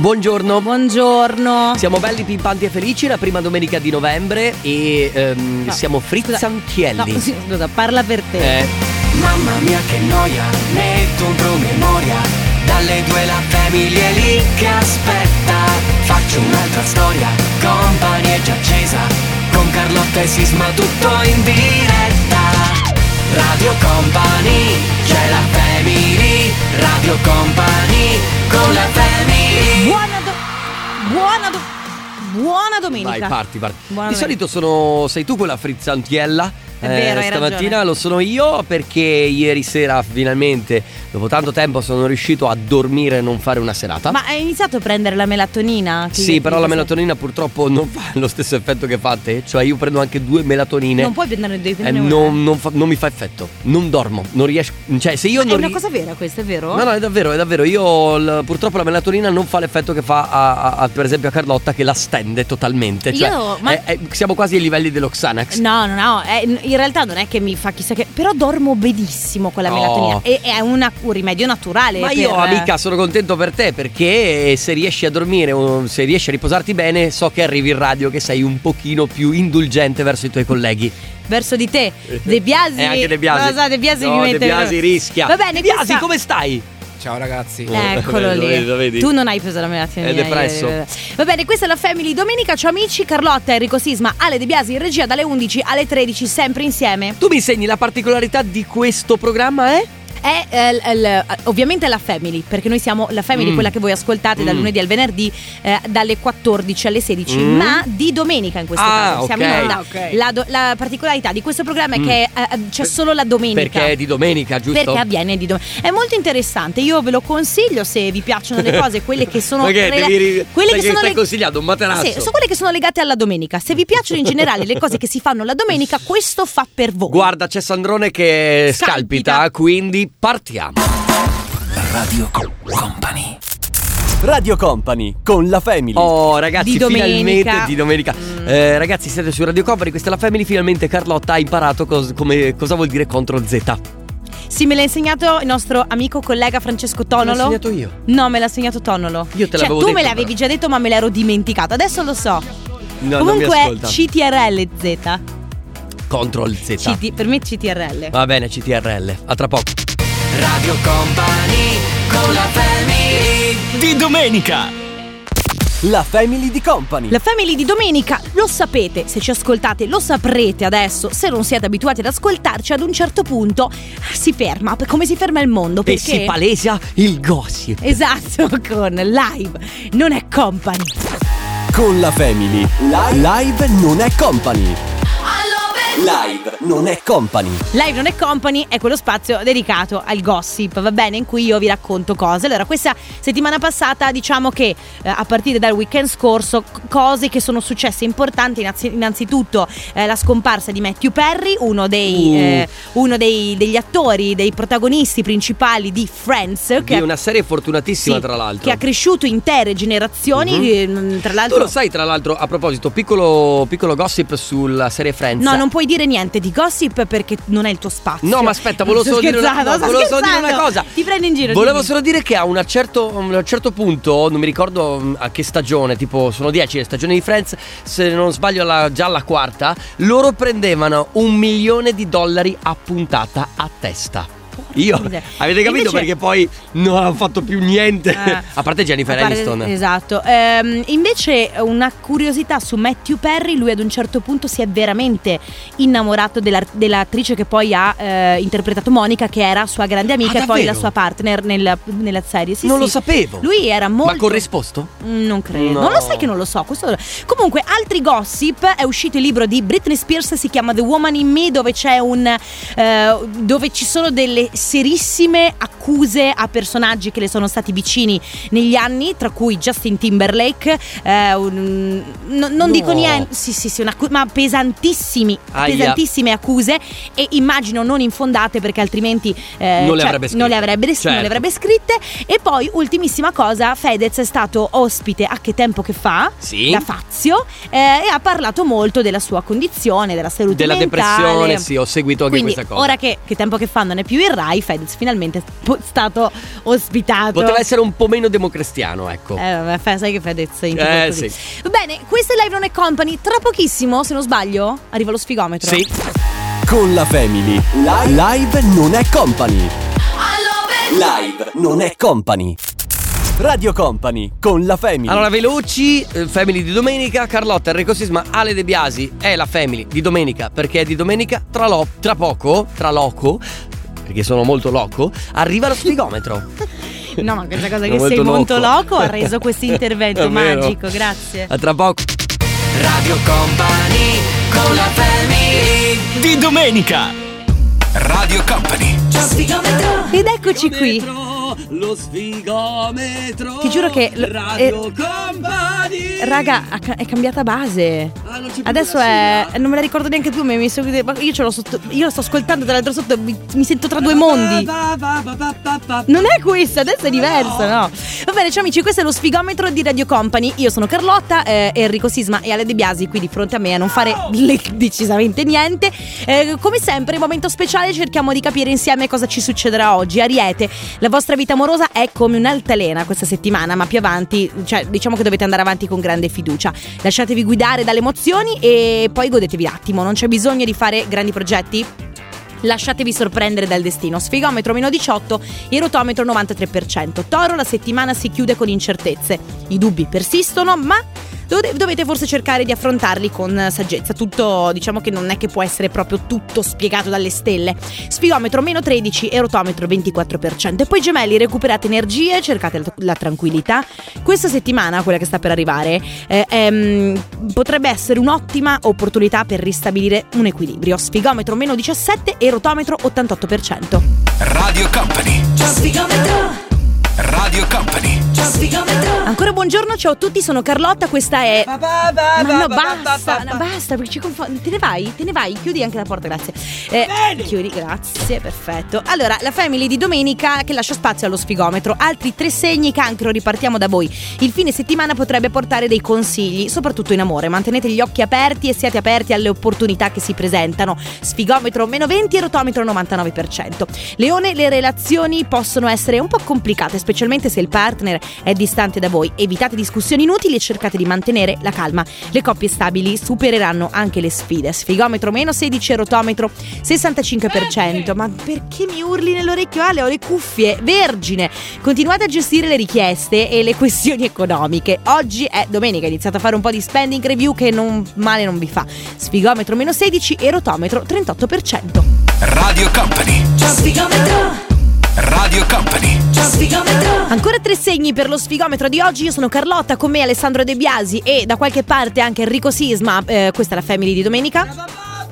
Buongiorno. Buongiorno. Siamo belli, pimpanti e felici, la prima domenica di novembre e siamo frizzantielli. No, scusa, parla per te. Mamma mia che noia, metto un promemoria. Dalle 2 la famiglia è lì che aspetta. Faccio un'altra storia, Company è già accesa. Con Carlotta e Sisma tutto in diretta. Radio Company, c'è la family. Radio Company, con la family. Buona domenica. Vai, parti. Buona Di domenica. solito sei tu quella frizzantiella. È vero, hai stamattina ragione. lo sono io perché ieri sera finalmente, dopo tanto tempo, sono riuscito a dormire e non fare una serata. Ma hai iniziato a prendere la melatonina? Sì, però la melatonina purtroppo non fa lo stesso effetto che fa a te. Cioè io prendo anche 2 melatonine. Non puoi prenderne due, prenderne una. non mi fa effetto. Non dormo, non riesco. Cioè se io Ma non è una cosa vera questa, è vero? No, è davvero. Io purtroppo la melatonina non fa l'effetto che fa a per esempio a Carlotta, che la stende totalmente. Cioè siamo quasi ai livelli dello Xanax. No, in realtà non è che mi fa chissà che. Però dormo benissimo con la melatonina. E è un rimedio naturale. Ma io, amica, sono contento per te, perché se riesci a dormire o se riesci a riposarti bene, so che arrivi in radio che sei un pochino più indulgente verso i tuoi colleghi. Verso di te, De Biasi. E anche De Biasi. No, De Biasi no, mi mette. De Biasi rischia. Va bene, De Biasi, come stai? Ciao ragazzi. Eccolo lì. Lo vedi? Tu non hai preso la melatonina. È depresso. Va bene, questa è la Family Domenica. Ciao amici, Carlotta, Enrico Sisma, Ale De Biasi in regia dalle 11 alle 13, sempre insieme. Tu mi insegni la particolarità di questo programma, eh? È ovviamente la Family, perché noi siamo la Family, quella che voi ascoltate dal lunedì al venerdì dalle 14 alle 16, ma di domenica in questo caso siamo in onda. ok. La particolarità di questo programma è che c'è solo la domenica. Perché è di domenica, giusto? Perché avviene di domenica. È molto interessante, io ve lo consiglio se vi piacciono le cose, quelle che sono stai consigliando un materasso. Sì, sono quelle che sono legate alla domenica. Se vi piacciono in generale le cose che si fanno la domenica, questo fa per voi. Guarda, c'è Sandrone che scalpita, quindi partiamo. Radio Company. Radio Company con la Family. Oh ragazzi, Di domenica. finalmente di domenica. Ragazzi, siete su Radio Company, questa è la Family. Finalmente Carlotta ha imparato cosa vuol dire CTRL Z. Sì, me l'ha insegnato il nostro amico collega Francesco Tonolo. Me l'ho insegnato io. No, me l'ha insegnato Tonolo. Io te l'avevo tu detto, me l'avevi già detto, ma me l'ero dimenticato. Adesso lo so. No, Comunque non mi è ascolta. CTRL Z. CTRL Z. Per me è CTRL. Va bene, CTRL. A tra poco. Radio Company, con la family. Di domenica. La Family di Company. La Family di domenica, lo sapete, se ci ascoltate lo saprete adesso. Se non siete abituati ad ascoltarci, ad un certo punto si ferma, come si ferma il mondo, E perché si palesa il gossip. esatto, con Live non è Company. Con la Family. Live non è Company. Live non è Company. Live non è Company è quello spazio dedicato al gossip, va bene, in cui io vi racconto cose. Allora, questa settimana passata, diciamo che a partire dal weekend scorso, cose che sono successe importanti. Innanzitutto la scomparsa di Matthew Perry, uno degli attori, dei protagonisti principali di Friends, Di una serie fortunatissima, sì, tra l'altro. che ha cresciuto intere generazioni. Tra l'altro, Tu lo sai, tra l'altro, a proposito, piccolo gossip sulla serie Friends. no, non puoi dire niente di gossip perché non è il tuo spazio. No, ma aspetta, volevo Sto solo dire scherzando. una cosa. Ti prendo in giro. Volevo dimmi. solo dire che a un certo punto, non mi ricordo a che stagione, tipo sono 10 le stagioni di Friends, se non sbaglio già alla quarta, loro prendevano $1 milione a puntata a testa. Avete capito? Invece, perché poi non hanno fatto più niente a parte Jennifer Aniston. Esatto. Invece una curiosità su Matthew Perry: lui ad un certo punto si è veramente innamorato dell'attrice che poi ha interpretato Monica, che era sua grande amica e poi davvero? la sua partner nella serie. Sì, Non sì. lo sapevo. Lui era molto. Ma corrisposto? Non credo. No. Non lo sai che non lo so. Comunque, altri gossip. È uscito il libro di Britney Spears, si chiama The Woman in Me, dove c'è dove ci sono delle serissime accuse a personaggi che le sono stati vicini negli anni, tra cui Justin Timberlake. Non dico niente. Sì, ma pesantissime accuse, e immagino non infondate, perché altrimenti non le avrebbe scritte. non le avrebbe scritte. E poi, ultimissima cosa, Fedez è stato ospite a Che tempo che fa, Sì. da Fazio, e ha parlato molto della sua condizione, della salute Della mentale, depressione, sì, ho seguito anche quindi, questa cosa. ora che tempo che fa non è più in Rai Fedez finalmente è stato ospitato. Poteva essere un po' meno democristiano, ecco. Vabbè, sai che Fedez in così. Sì. Va bene, questo è Live Non è Company. Tra pochissimo, se non sbaglio, arriva lo sfigometro. Sì. Con la Family. Live non è Company. Live non è Company. Radio Company con la Family. Allora, veloci, Family di domenica. Carlotta, Enrico Sisma, Ale De Biasi. È la Family di domenica, perché è di domenica. Tra poco, perché sono molto loco, arriva lo sfigometro. No, ma questa cosa che Molto sei molto loco. loco ha reso questo intervento È vero. magico, grazie. A tra poco. Radio Company con la Family Di domenica. Radio Company. Ed eccoci qui. Lo sfigometro. Ti giuro che Radio Company. Raga, è cambiata base. Non c'è più Adesso la non me la ricordo neanche più. Io ce l'ho sotto. Io la sto ascoltando tra l'altro sotto. Mi sento tra due mondi. Non è questa, adesso è diverso, no? Va bene, ciao amici, questo è lo sfigometro di Radio Company. Io sono Carlotta, Enrico Sisma e Ale De Biasi qui di fronte a me a non fare decisamente niente. Come sempre, momento speciale, cerchiamo di capire insieme cosa ci succederà oggi. Ariete, la vostra vita amorosa è come un'altalena questa settimana, ma più avanti, cioè diciamo che dovete andare avanti con grande fiducia. Lasciatevi guidare dalle emozioni e poi godetevi l'attimo, non c'è bisogno di fare grandi progetti. Lasciatevi sorprendere dal destino. Sfigometro meno 18 e rotometro 93%. Toro, la settimana si chiude con incertezze. I dubbi persistono, ma dovete forse cercare di affrontarli con saggezza. Tutto, diciamo che non è che può essere proprio tutto spiegato dalle stelle. Sfigometro meno 13 e rotometro 24%. E poi Gemelli, recuperate energie, cercate la tranquillità. Questa settimana, quella che sta per arrivare, potrebbe essere un'ottima opportunità per ristabilire un equilibrio. Sfigometro meno 17 e rotometro 88%. Radio Company. Radio Company. Ancora buongiorno, ciao a tutti, sono Carlotta, questa è... Ma no, basta, perché ci confondo. Te ne vai, chiudi anche la porta, grazie. Chiudi, grazie, perfetto. Allora, la Family di domenica che lascia spazio allo sfigometro. Altri 3 segni, Cancro, ripartiamo da voi. Il fine settimana potrebbe portare dei consigli, soprattutto in amore. Mantenete gli occhi aperti e siate aperti alle opportunità che si presentano. Sfigometro meno 20 e rotometro 99%. Leone, le relazioni possono essere un po' complicate, specialmente se il partner è distante da voi. Evitate discussioni inutili e cercate di mantenere la calma. Le coppie stabili supereranno anche le sfide. Sfigometro meno 16 e rotometro 65%. Ma perché mi urli nell'orecchio, Ale? Ho le cuffie. Vergine, continuate a gestire le richieste e le questioni economiche. Oggi è domenica, iniziate a fare un po' di spending review che male non vi fa. Sfigometro meno 16 e rotometro 38%. Radio Company. Radio Company. Ancora 3 segni per lo sfigometro di oggi. Io sono Carlotta, con me Alessandro De Biasi e da qualche parte anche Enrico Sisma. Questa è la Family di domenica.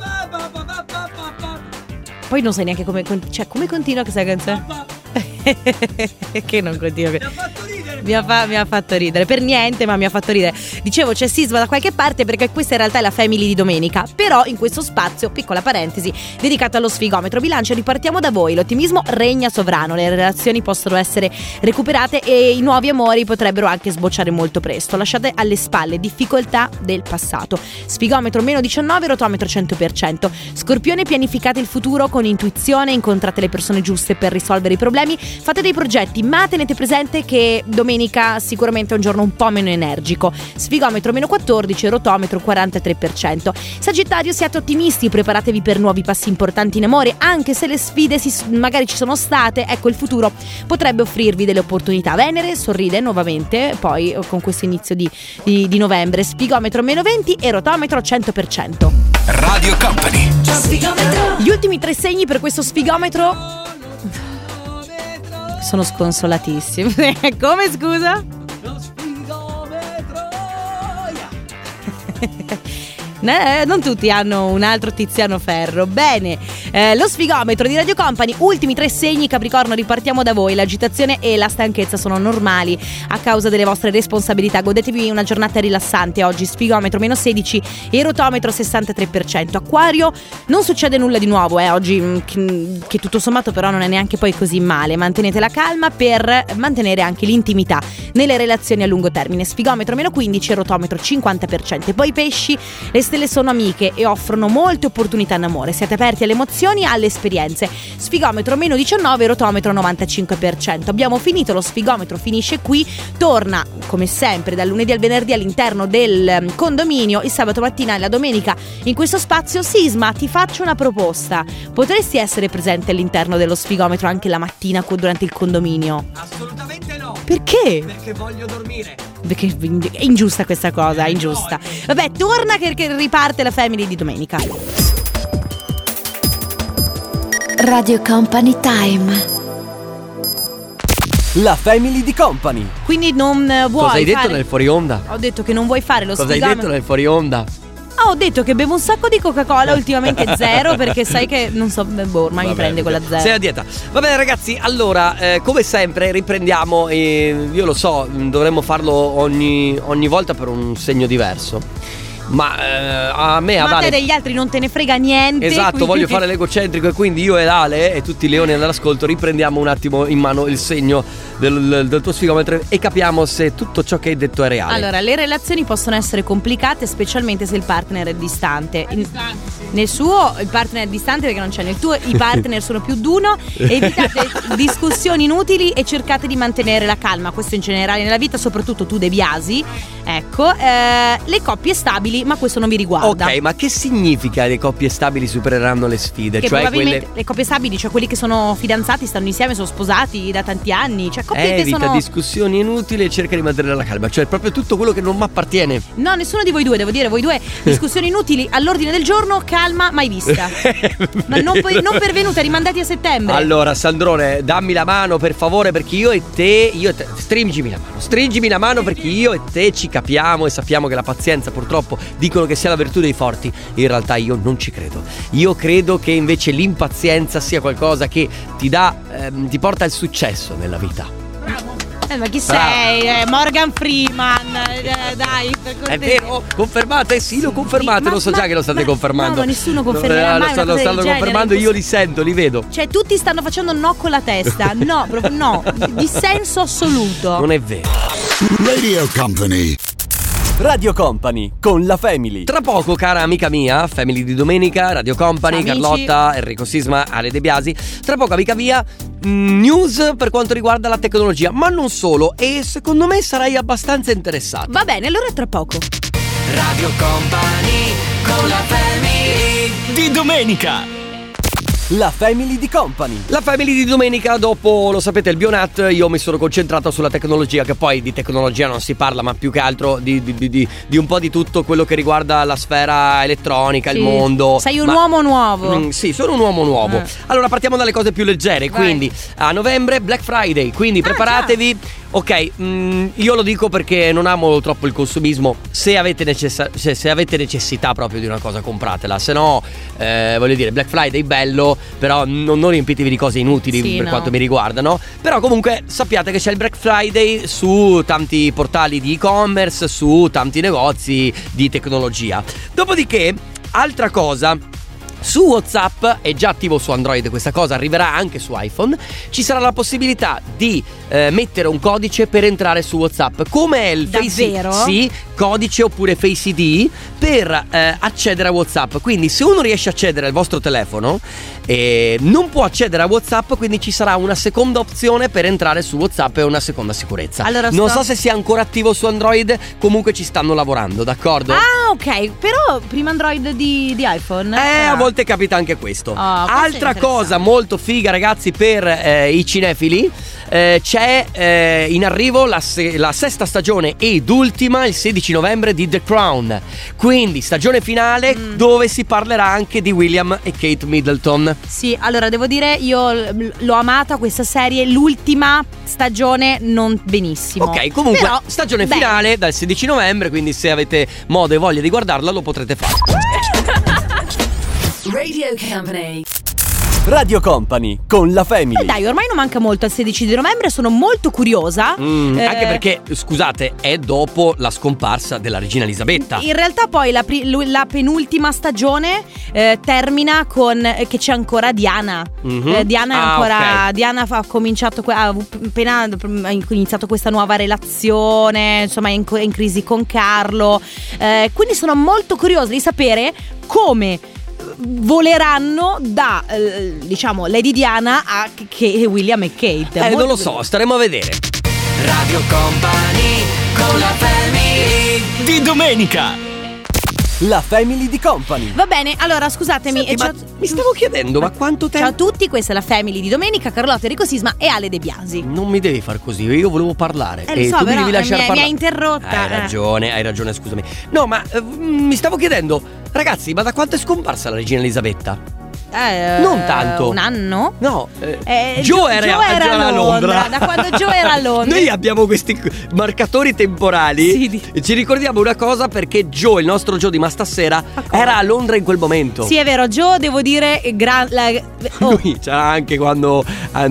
Poi non sai neanche come continua questa canzone. Che non continua. Mi ha fatto ridere. Per niente, ma mi ha fatto ridere. Dicevo, c'è Sisma da qualche parte perché questa in realtà è la Family di domenica. Però in questo spazio, piccola parentesi, dedicato allo sfigometro bilancio, ripartiamo da voi. L'ottimismo regna sovrano, le relazioni possono essere recuperate e i nuovi amori potrebbero anche sbocciare molto presto. Lasciate alle spalle difficoltà del passato. Sfigometro meno 19, rotometro 100%. Scorpione, pianificate il futuro con intuizione, incontrate le persone giuste per risolvere i problemi, fate dei progetti, ma tenete presente che domenica sicuramente è un giorno un po' meno energico. Sfigometro meno 14, rotometro 43%. Sagittario, siate ottimisti, preparatevi per nuovi passi importanti in amore, anche se le sfide magari ci sono state. Ecco, il futuro potrebbe offrirvi delle opportunità. Venere sorride nuovamente poi con questo inizio di novembre. Sfigometro meno 20 e rotometro 100%. Radio Company. Gli ultimi 3 segni per questo sfigometro sono sconsolatissimi. Come, scusa? Lo sfigometro. Non tutti hanno un altro Tiziano Ferro. Bene, lo sfigometro di Radio Company. Ultimi 3 segni, Capricorno, ripartiamo da voi. L'agitazione e la stanchezza sono normali a causa delle vostre responsabilità. Godetevi una giornata rilassante oggi. Sfigometro meno 16 e rotometro 63%. Acquario, non succede nulla di nuovo oggi, che tutto sommato però non è neanche poi così male. Mantenete la calma per mantenere anche l'intimità nelle relazioni a lungo termine. Sfigometro meno 15 e rotometro 50%. E poi pesci, le stelle sono amiche e offrono molte opportunità in amore. Siate aperti alle emozioni emozioni alle esperienze. Sfigometro meno 19, rotometro 95%. Abbiamo finito, lo sfigometro finisce qui, torna come sempre dal lunedì al venerdì all'interno del condominio, il sabato mattina e la domenica in questo spazio. Sisma, ti faccio una proposta: potresti essere presente all'interno dello sfigometro anche la mattina durante il condominio? Assolutamente no. Perché? Perché voglio dormire. Perché è ingiusta questa cosa, è ingiusta. Vabbè, torna che riparte la Family di domenica. Radio Company Time. La Family di Company. Quindi non vuoi Cosa hai detto fare... nel fuori onda? Ho detto che non vuoi fare lo Cosa hai sfigometro. detto nel fuori onda? Ho detto che bevo un sacco di Coca-Cola, ultimamente zero, perché sai che non so, ormai mi prende quella zero. Sei a dieta. Va bene ragazzi, allora come sempre riprendiamo e io lo so, dovremmo farlo ogni volta per un segno diverso. Ma a me, Ma ad a te Ale, degli altri non te ne frega niente. esatto, quindi... voglio fare l'egocentrico e quindi io ed Ale e tutti i leoni all'ascolto riprendiamo un attimo in mano il segno del tuo sfigometro e capiamo se tutto ciò che hai detto è reale. Allora, le relazioni possono essere complicate, specialmente se il partner è distante. Nel suo il partner è distante perché non c'è, nel tuo i partner sono più d'uno. Evitate discussioni inutili e cercate di mantenere la calma. Questo in generale nella vita, soprattutto tu De Biasi. Ecco, le coppie stabili, ma questo non vi riguarda. Ok, ma che significa le coppie stabili supereranno le sfide? Che Cioè probabilmente quelle... le coppie stabili, cioè quelli che sono fidanzati, stanno insieme, sono sposati da tanti anni, cioè coppie che Evita sono... discussioni inutili e cerca di mantenere la calma. Cioè proprio tutto quello che non mi appartiene. No, nessuno di voi due, devo dire, voi due discussioni inutili all'ordine del giorno, calma, mai vista. Ma non pervenuta, rimandati a settembre. Allora Sandrone, dammi la mano per favore, perché io e te stringimi la mano perché io e te ci capiamo e sappiamo che la pazienza purtroppo dicono che sia la virtù dei forti. In realtà io non ci credo. Io credo che invece l'impazienza sia qualcosa che ti porta al successo nella vita. Ma chi sei? Morgan Freeman, dai, per È cortesia. vero? Confermate? Sì, lo confermate, lo so già che lo state confermando. No, ma nessuno confermerà mai una Lo cosa stanno del genere. confermando, io li sento, li vedo. Cioè tutti stanno facendo no con la testa. No, proprio no, dissenso assoluto. Non è vero. Radio Company. Radio Company con la Family. Tra poco, cara amica mia, Family di domenica, Radio Company, Ciao, amici. Carlotta, Enrico Sisma, Ale De Biasi. Tra poco, amica mia, news per quanto riguarda la tecnologia, ma non solo, e secondo me sarai abbastanza interessato. Va bene, allora tra poco. Radio Company con la family Di domenica. La Family di Company. La Family di domenica, dopo, lo sapete, il Bionat, io mi sono concentrato sulla tecnologia, che poi di tecnologia non si parla, ma più che altro di un po' di tutto quello che riguarda la sfera elettronica, Sì. il mondo. Sei un uomo nuovo. Sì, sono un uomo nuovo. Allora partiamo dalle cose più leggere. Vai. Quindi a novembre Black Friday, quindi preparatevi. Ok, io lo dico perché non amo troppo il consumismo. Se avete necessità proprio di una cosa, compratela. Se no, voglio dire, Black Friday bello, però non riempitevi di cose inutili, Sì, per no. quanto mi riguarda, no? Però comunque sappiate che c'è il Black Friday su tanti portali di e-commerce, su tanti negozi di tecnologia. Dopodiché, altra cosa, su WhatsApp, è già attivo su Android questa cosa, arriverà anche su iPhone, ci sarà la possibilità di mettere un codice per entrare su WhatsApp, come è il Davvero? Sì, codice oppure Face ID per accedere a WhatsApp. Quindi se uno riesce a accedere al vostro telefono non può accedere a WhatsApp, quindi ci sarà una seconda opzione per entrare su WhatsApp e una seconda sicurezza. Allora, non so se sia ancora attivo su Android, comunque ci stanno lavorando, d'accordo? Ah, ok, però prima Android di iPhone. A volte capita anche questo. questo è Altra interessante. cosa molto figa, ragazzi, per i cinefili, c'è in arrivo la sesta stagione ed ultima il 16 novembre di The Crown. Quindi stagione finale dove si parlerà anche di William e Kate Middleton. Sì, allora devo dire, io l'ho amata questa serie, l'ultima stagione non benissimo. Ok, comunque però, stagione bene. finale dal 16 novembre, quindi se avete modo e voglia di guardarla lo potrete fare. Radio Company. Radio Company con la Family. Dai, ormai non manca molto al 16 di novembre, sono molto curiosa. Anche perché, scusate, è dopo la scomparsa della regina Elisabetta. In realtà poi la penultima stagione termina con che c'è ancora Diana. Diana è ancora ok. Diana ha cominciato ha appena iniziato questa nuova relazione, insomma è in crisi con Carlo. Quindi sono molto curiosa di sapere come voleranno da diciamo Lady Diana a William e Kate. Non lo so, staremo a vedere. Radio Company con la family Di domenica. La family di Company. Va bene, allora scusatemi. Senti, ma mi stavo chiedendo, ma quanto tempo? Ciao a tutti, questa è la family di domenica. Carlotta, Enrico Sisma e Ale De Biasi. Non mi devi far così, io volevo parlare. Lo so, tu mi però devi lasciare mi parlare. hai interrotta. Hai ragione, scusami. No, ma mi stavo chiedendo, ragazzi, ma da quanto è scomparsa la regina Elisabetta? Non tanto. Un anno? No, Joe era a Londra. Da quando Joe era a Londra. Noi abbiamo questi marcatori temporali. Sì. E ci ricordiamo una cosa, perché Joe, il nostro Joe di Ma Stasera, era a Londra in quel momento. Sì, è vero, Joe, devo dire Lui c'era anche quando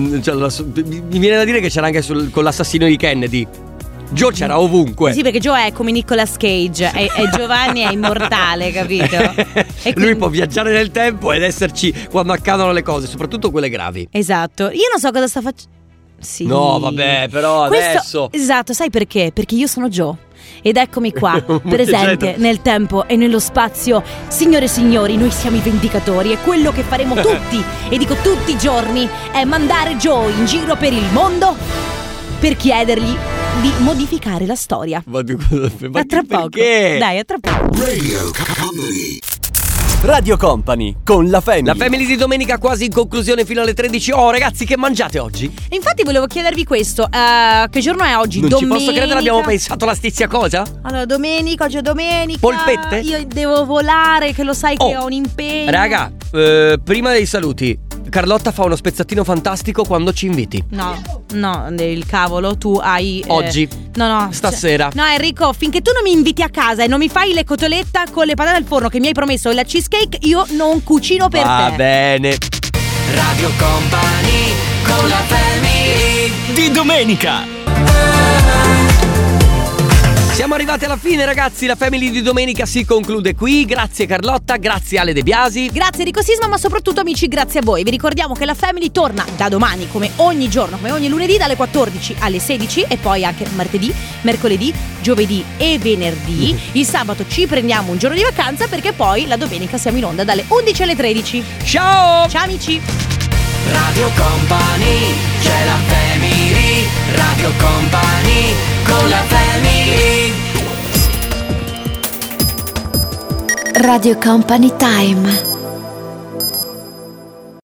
mi viene da dire che c'era anche con l'assassino di Kennedy. Joe c'era ovunque. Sì, perché Joe è come Nicolas Cage. È Giovanni è immortale, capito? E Lui quindi può viaggiare nel tempo ed esserci quando accadono le cose, soprattutto quelle gravi. Esatto. Io non so cosa sta facendo. Sì. No, vabbè, però adesso. Esatto, sai perché? Perché io sono Joe. Ed eccomi qua, presente certo. nel tempo e nello spazio. Signore e signori, noi siamo i Vendicatori. E quello che faremo tutti, e dico tutti i giorni, è mandare Joe in giro per il mondo per chiedergli di modificare la storia. Ma A tra poco. Perché? Dai, a tra poco. Radio Company. Radio Company con la family. La family di domenica quasi in conclusione fino alle 13. Oh ragazzi, che mangiate oggi? E infatti volevo chiedervi questo. Che giorno è oggi? Non Domenica. ci posso credere, abbiamo pensato la stessa cosa. Allora, oggi è domenica. Polpette? Io devo volare, che lo sai che ho un impegno. Raga, prima dei saluti, Carlotta fa uno spezzatino fantastico quando ci inviti. No, il cavolo, tu hai Oggi. No, Stasera. No, Enrico, finché tu non mi inviti a casa e non mi fai le cotoletta con le patate al forno che mi hai promesso e la cheesecake, io non cucino per te. Va bene. Radio Company con la family Di domenica. Siamo arrivati alla fine, ragazzi. La family di domenica si conclude qui. Grazie Carlotta, grazie Ale De Biasi. Grazie Enrico Sisma, ma soprattutto amici, grazie a voi. Vi ricordiamo che la family torna da domani, come ogni giorno, come ogni lunedì, dalle 14 alle 16 e poi anche martedì, mercoledì, giovedì e venerdì. Il sabato ci prendiamo un giorno di vacanza perché poi la domenica siamo in onda dalle 11 alle 13. Ciao! Ciao amici! Radio Company, c'è la family. Radio Company con la family. Radio Company Time.